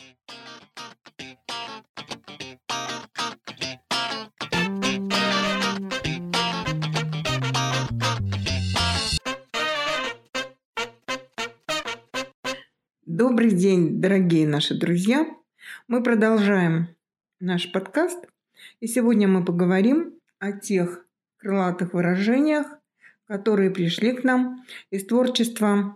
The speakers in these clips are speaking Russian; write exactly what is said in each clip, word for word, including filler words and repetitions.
Добрый день, дорогие наши друзья! Мы продолжаем наш подкаст, и сегодня мы поговорим о тех крылатых выражениях, которые пришли к нам из творчества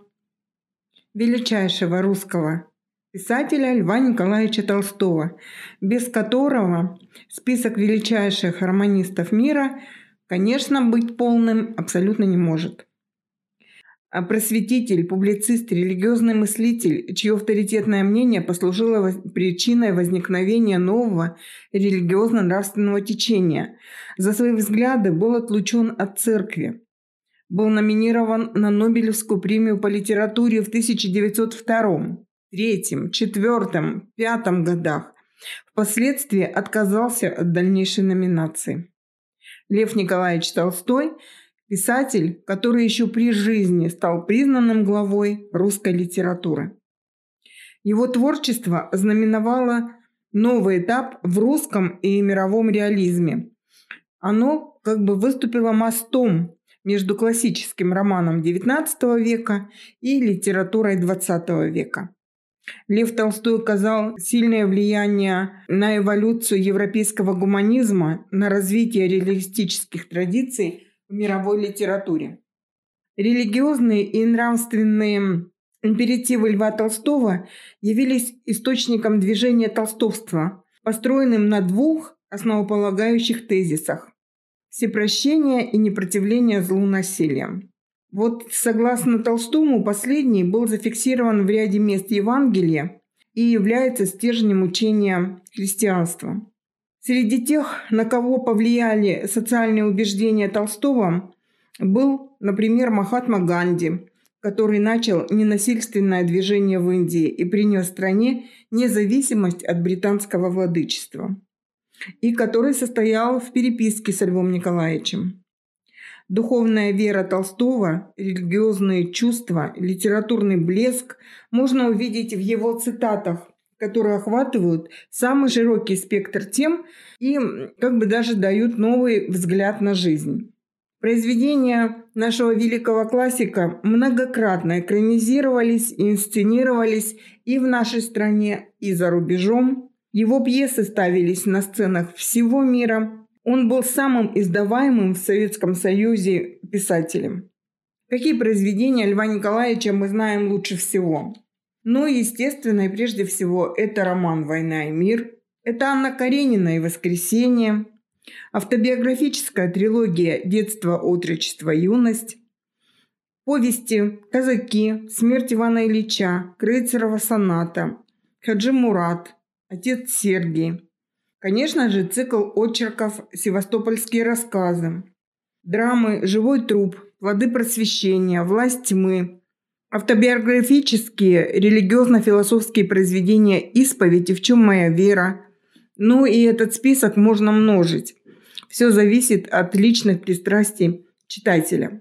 величайшего русского писателя Льва Николаевича Толстого, без которого список величайших романистов мира, конечно, быть полным абсолютно не может. А просветитель, публицист, религиозный мыслитель, чье авторитетное мнение послужило причиной возникновения нового религиозно-нравственного течения, за свои взгляды был отлучен от церкви, был номинирован на Нобелевскую премию по литературе в тысяча девятьсот втором, третьем, четвертом, пятом годах, впоследствии отказался от дальнейшей номинации. Лев Николаевич Толстой – писатель, который еще при жизни стал признанным главой русской литературы. Его творчество знаменовало новый этап в русском и мировом реализме. Оно как бы выступило мостом между классическим романом девятнадцатого века и литературой двадцатого века. Лев Толстой оказал сильное влияние на эволюцию европейского гуманизма, на развитие реалистических традиций в мировой литературе. Религиозные и нравственные императивы Льва Толстого явились источником движения толстовства, построенным на двух основополагающих тезисах – всепрощение и непротивление злу насилием. Вот согласно Толстому, последний был зафиксирован в ряде мест Евангелия и является стержнем учения христианства. Среди тех, на кого повлияли социальные убеждения Толстого, был, например, Махатма Ганди, который начал ненасильственное движение в Индии и принес стране независимость от британского владычества, и который состоял в переписке со Львом Николаевичем. Духовная вера Толстого, религиозные чувства, литературный блеск можно увидеть в его цитатах, которые охватывают самый широкий спектр тем и как бы даже дают новый взгляд на жизнь. Произведения нашего великого классика многократно экранизировались и инсценировались и в нашей стране, и за рубежом. Его пьесы ставились на сценах всего мира. Он был самым издаваемым в Советском Союзе писателем. Какие произведения Льва Николаевича мы знаем лучше всего? Ну, естественно, и прежде всего, это роман «Война и мир», это Анна Каренина и «Воскресенье», автобиографическая трилогия «Детство, отрочество, юность», повести «Казаки», «Смерть Ивана Ильича», «Крейцерова соната», «Хаджи Мурат», «Отец Сергий». Конечно же, цикл очерков «Севастопольские рассказы», драмы «Живой труп», «Плоды просвещения», «Власть тьмы», автобиографические религиозно-философские произведения «Исповедь» и «В чем моя вера». Ну и этот список можно множить. Все зависит от личных пристрастий читателя.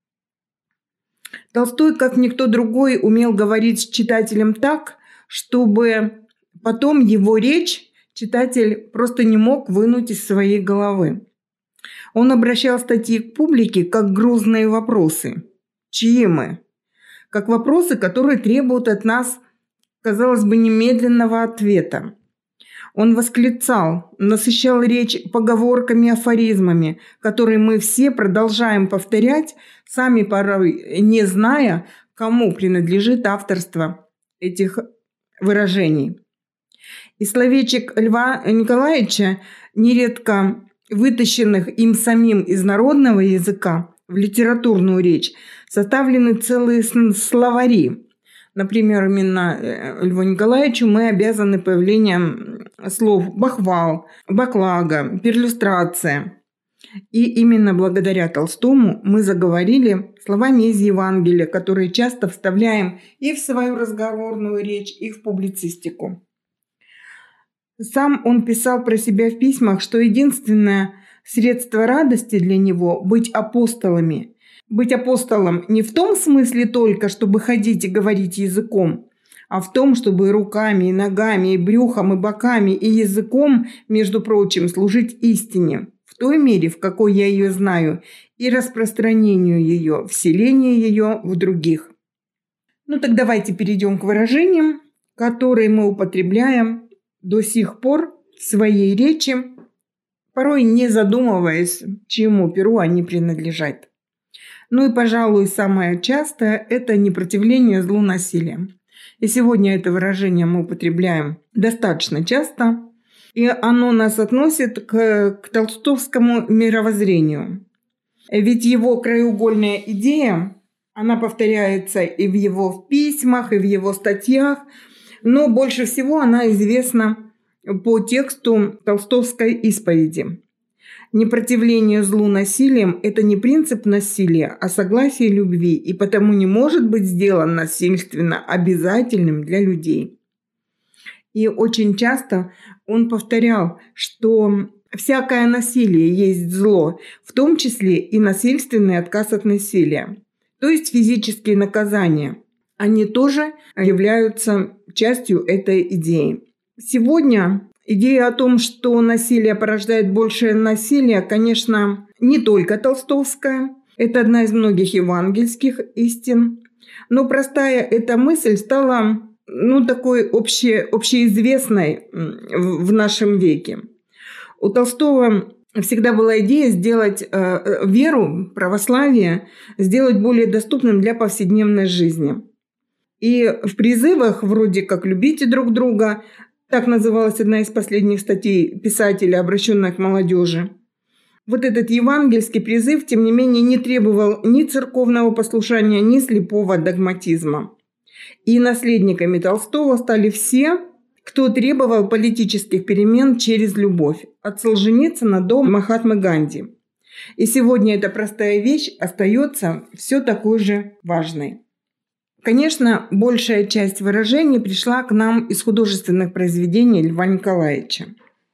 Толстой, как никто другой, умел говорить с читателем так, чтобы потом его речь читатель просто не мог вынуть из своей головы. Он обращал статьи к публике как грозные вопросы. Чьи мы? Как вопросы, которые требуют от нас, казалось бы, немедленного ответа. Он восклицал, насыщал речь поговорками и афоризмами, которые мы все продолжаем повторять, сами порой не зная, кому принадлежит авторство этих выражений. Из словечек Льва Николаевича, нередко вытащенных им самим из народного языка в литературную речь, составлены целые словари. Например, именно Льву Николаевичу мы обязаны появлением слов «бахвал», «баклага», «перлюстрация». И именно благодаря Толстому мы заговорили словами из Евангелия, которые часто вставляем и в свою разговорную речь, и в публицистику. Сам он писал про себя в письмах, что единственное средство радости для него – быть апостолами. Быть апостолом не в том смысле только, чтобы ходить и говорить языком, а в том, чтобы руками, и ногами, и брюхом, и боками, и языком, между прочим, служить истине, в той мере, в какой я ее знаю, и распространению ее, вселению ее в других. Ну так давайте перейдем к выражениям, которые мы употребляем до сих пор в своей речи, порой не задумываясь, чьему перу они принадлежат. Ну и, пожалуй, самое частое – это непротивление злу насилием. И сегодня это выражение мы употребляем достаточно часто, и оно нас относит к, к толстовскому мировоззрению. Ведь его краеугольная идея, она повторяется и в его письмах, и в его статьях, но больше всего она известна по тексту толстовской исповеди. Непротивление злу насилием – это не принцип насилия, а согласие любви, и потому не может быть сделан насильственно обязательным для людей. И очень часто он повторял, что всякое насилие есть зло, в том числе и насильственный отказ от насилия, то есть физические наказания. Они тоже являются частью этой идеи. Сегодня идея о том, что насилие порождает большее насилие, конечно, не только толстовская. Это одна из многих евангельских истин. Но простая эта мысль стала, ну, такой обще, общеизвестной в нашем веке. У Толстого всегда была идея сделать э, веру, православие, сделать более доступным для повседневной жизни. И в призывах вроде как «любите друг друга», так называлась одна из последних статей писателя, обращенная к молодежи. Вот этот евангельский призыв, тем не менее, не требовал ни церковного послушания, ни слепого догматизма. И наследниками Толстого стали все, кто требовал политических перемен через любовь, от Солженицына до Махатмы Ганди. И сегодня эта простая вещь остается все такой же важной. Конечно, большая часть выражений пришла к нам из художественных произведений Льва Николаевича.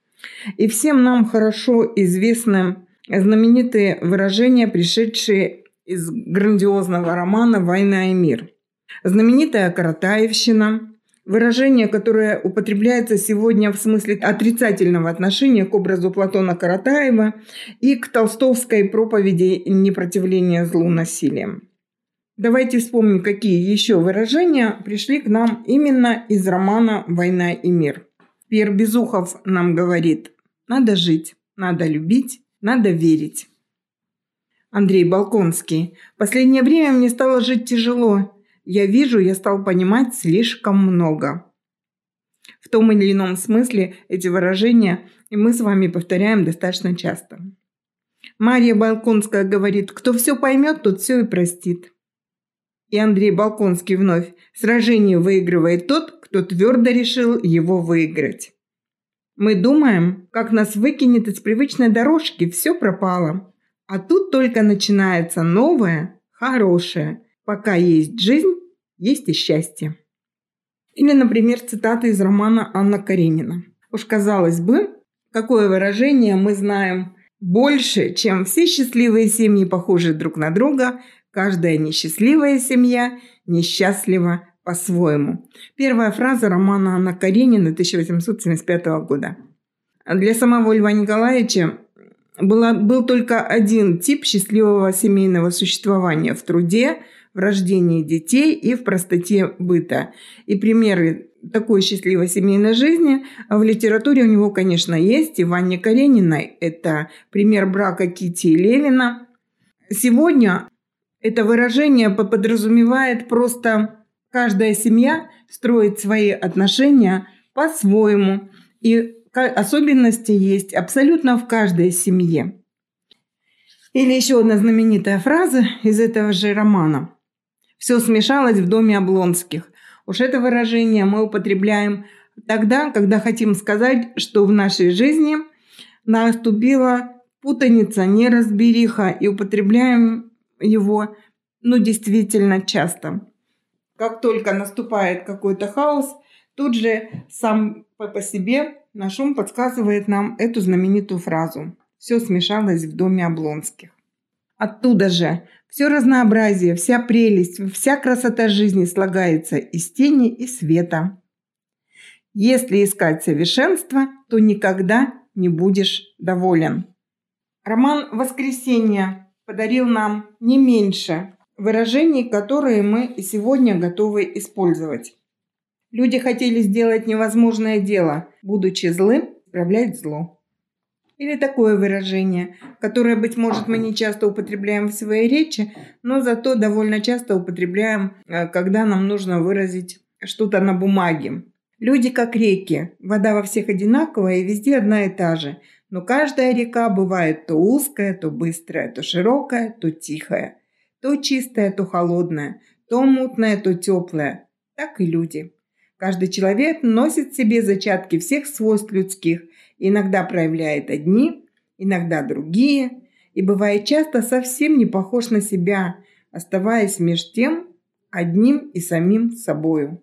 И всем нам хорошо известны знаменитые выражения, пришедшие из грандиозного романа «Война и мир». Знаменитая Каратаевщина, выражение, которое употребляется сегодня в смысле отрицательного отношения к образу Платона Каратаева и к толстовской проповеди непротивления злу насилием. Давайте вспомним, какие еще выражения пришли к нам именно из романа «Война и мир». Пьер Безухов нам говорит: «Надо жить, надо любить, надо верить». Андрей Болконский: «Последнее время мне стало жить тяжело. Я вижу, я стал понимать слишком много». В том или ином смысле эти выражения мы с вами повторяем достаточно часто. Мария Болконская говорит: «Кто все поймет, тот все и простит». И Андрей Болконский вновь: «Сражение выигрывает тот, кто твердо решил его выиграть». Мы думаем, как нас выкинет из привычной дорожки, все пропало. А тут только начинается новое, хорошее. Пока есть жизнь, есть и счастье. Или, например, цитата из романа Анна Каренина. Уж казалось бы, какое выражение мы знаем больше, чем все счастливые семьи похожи друг на друга, каждая несчастливая семья несчастлива по-своему. Первая фраза романа Анна Каренина тысяча восемьсот семьдесят пятого года. Для самого Льва Николаевича была, был только один тип счастливого семейного существования: в труде, в рождении детей и в простоте быта. И примеры такой счастливой семейной жизни в литературе у него, конечно, есть. И в Анне Карениной это пример брака Кити и Левина. Сегодня это выражение подразумевает просто: каждая семья строит свои отношения по-своему. И особенности есть абсолютно в каждой семье. Или еще одна знаменитая фраза из этого же романа: «Все смешалось в доме Облонских». Уж это выражение мы употребляем тогда, когда хотим сказать, что в нашей жизни наступила путаница, неразбериха, и употребляем его, ну, действительно часто. Как только наступает какой-то хаос, тут же сам по себе наш ум подсказывает нам эту знаменитую фразу: «Все смешалось в доме Облонских». Оттуда же все разнообразие, вся прелесть, вся красота жизни слагается из тени и света. Если искать совершенство, то никогда не будешь доволен. Роман «Воскресенье» подарил нам не меньше выражений, которые мы и сегодня готовы использовать. Люди хотели сделать невозможное дело, будучи злым, исправлять зло. Или такое выражение, которое, быть может, мы не часто употребляем в своей речи, но зато довольно часто употребляем, когда нам нужно выразить что-то на бумаге. Люди как реки, вода во всех одинаковая и везде одна и та же, но каждая река бывает то узкая, то быстрая, то широкая, то тихая, то чистая, то холодная, то мутная, то теплая. Так и люди. Каждый человек носит в себе зачатки всех свойств людских, иногда проявляет одни, иногда другие, и бывает часто совсем не похож на себя, оставаясь меж тем одним и самим собою.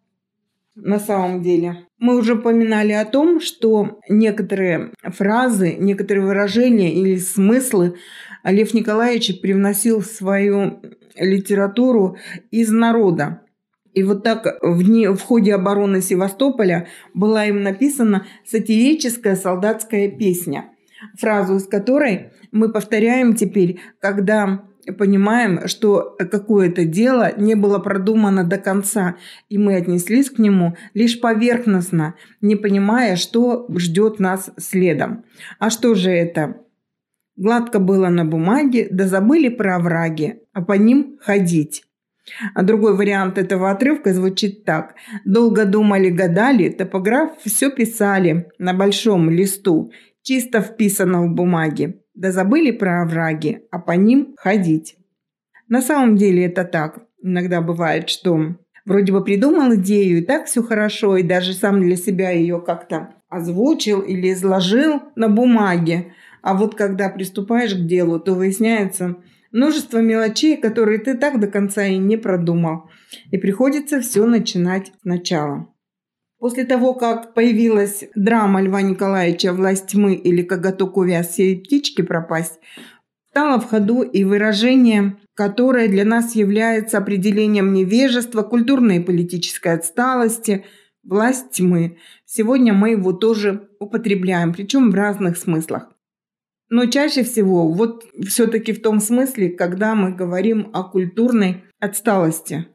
На самом деле, мы уже упоминали о том, что некоторые фразы, некоторые выражения или смыслы Лев Николаевич привносил в свою литературу из народа. И вот так в, дни, в ходе обороны Севастополя была им написана сатирическая солдатская песня, фразу из которой мы повторяем теперь, когда понимаем, что какое-то дело не было продумано до конца, и мы отнеслись к нему лишь поверхностно, не понимая, что ждет нас следом. А что же это? Гладко было на бумаге, да забыли про овраги, а по ним ходить. А другой вариант этого отрывка звучит так. Долго думали, гадали, топограф все писали на большом листу, чисто вписано в бумаге. Да забыли про овраги, а по ним ходить. На самом деле это так. Иногда бывает, что вроде бы придумал идею, и так все хорошо, и даже сам для себя ее как-то озвучил или изложил на бумаге. А вот когда приступаешь к делу, то выясняется множество мелочей, которые ты так до конца и не продумал. И приходится все начинать сначала. После того, как появилась драма Льва Николаевича «Власть тьмы» или «Коготок увяз, все птички пропасть», стало в ходу и выражение, которое для нас является определением невежества, культурной и политической отсталости, «власть тьмы». Сегодня мы его тоже употребляем, причем в разных смыслах. Но чаще всего вот все-таки в том смысле, когда мы говорим о культурной отсталости.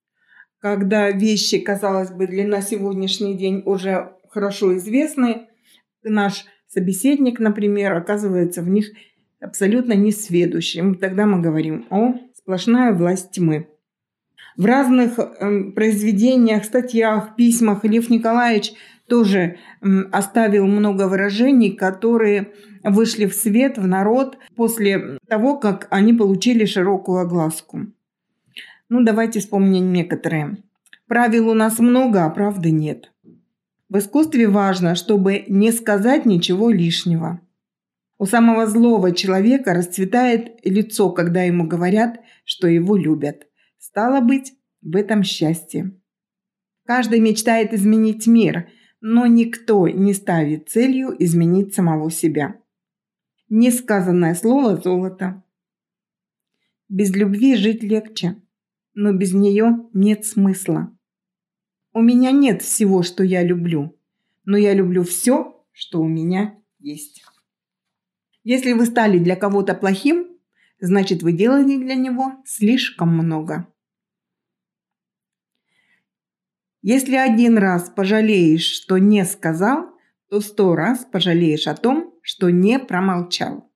Когда вещи, казалось бы, для на сегодняшний день уже хорошо известны, наш собеседник, например, оказывается в них абсолютно несведущим. Тогда мы говорим о сплошная власть тьмы. В разных э, произведениях, статьях, письмах Лев Николаевич тоже э, оставил много выражений, которые вышли в свет, в народ после того, как они получили широкую огласку. Ну, давайте вспомним некоторые. Правил у нас много, а правды нет. В искусстве важно, чтобы не сказать ничего лишнего. У самого злого человека расцветает лицо, когда ему говорят, что его любят. Стало быть, в этом счастье. Каждый мечтает изменить мир, но никто не ставит целью изменить самого себя. Несказанное слово – золото. Без любви жить легче, но без нее нет смысла. У меня нет всего, что я люблю, но я люблю все, что у меня есть. Если вы стали для кого-то плохим, значит, вы делали для него слишком много. Если один раз пожалеешь, что не сказал, то сто раз пожалеешь о том, что не промолчал.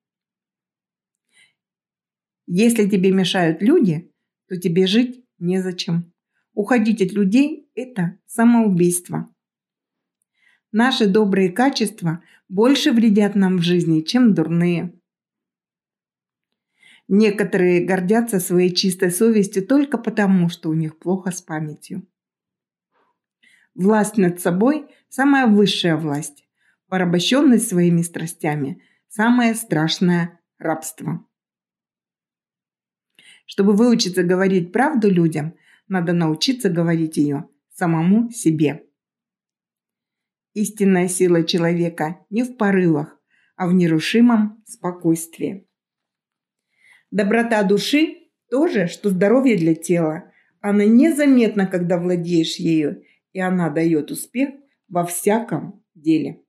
Если тебе мешают люди, то тебе жить незачем. Уходить от людей – это самоубийство. Наши добрые качества больше вредят нам в жизни, чем дурные. Некоторые гордятся своей чистой совестью только потому, что у них плохо с памятью. Власть над собой – самая высшая власть. Порабощенность своими страстями – самое страшное рабство. Чтобы выучиться говорить правду людям, надо научиться говорить ее самому себе. Истинная сила человека не в порывах, а в нерушимом спокойствии. Доброта души – то же, что здоровье для тела. Она незаметна, когда владеешь ею, и она дает успех во всяком деле.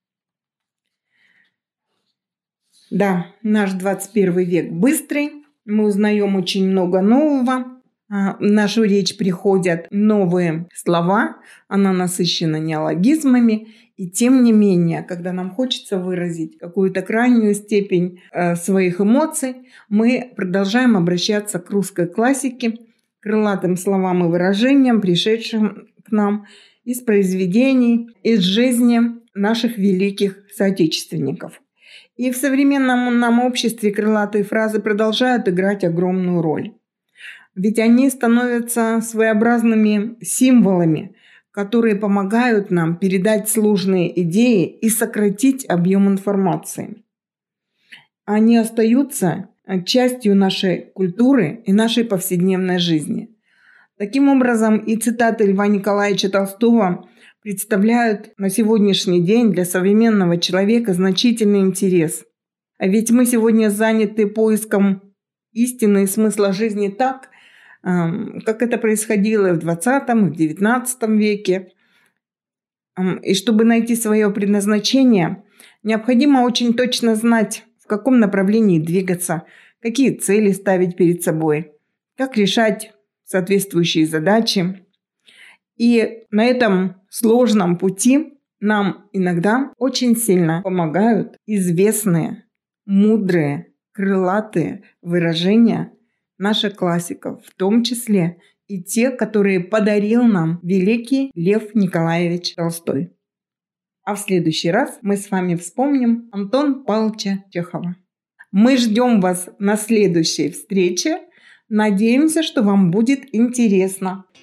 Да, наш двадцать первый век быстрый, мы узнаем очень много нового. В нашу речь приходят новые слова, она насыщена неологизмами. И тем не менее, когда нам хочется выразить какую-то крайнюю степень своих эмоций, мы продолжаем обращаться к русской классике, крылатым словам и выражениям, пришедшим к нам из произведений, из жизни наших великих соотечественников. И в современном нам обществе крылатые фразы продолжают играть огромную роль. Ведь они становятся своеобразными символами, которые помогают нам передать сложные идеи и сократить объем информации. Они остаются частью нашей культуры и нашей повседневной жизни. Таким образом, и цитаты Льва Николаевича Толстого представляют на сегодняшний день для современного человека значительный интерес. А ведь мы сегодня заняты поиском истины и смысла жизни так, как это происходило и в двадцатом, и в девятнадцатом веке. И чтобы найти свое предназначение, необходимо очень точно знать, в каком направлении двигаться, какие цели ставить перед собой, как решать соответствующие задачи. И на этом сложном пути нам иногда очень сильно помогают известные, мудрые, крылатые выражения наших классиков, в том числе и те, которые подарил нам великий Лев Николаевич Толстой. А в следующий раз мы с вами вспомним Антона Павловича Чехова. Мы ждем вас на следующей встрече. Надеемся, что вам будет интересно.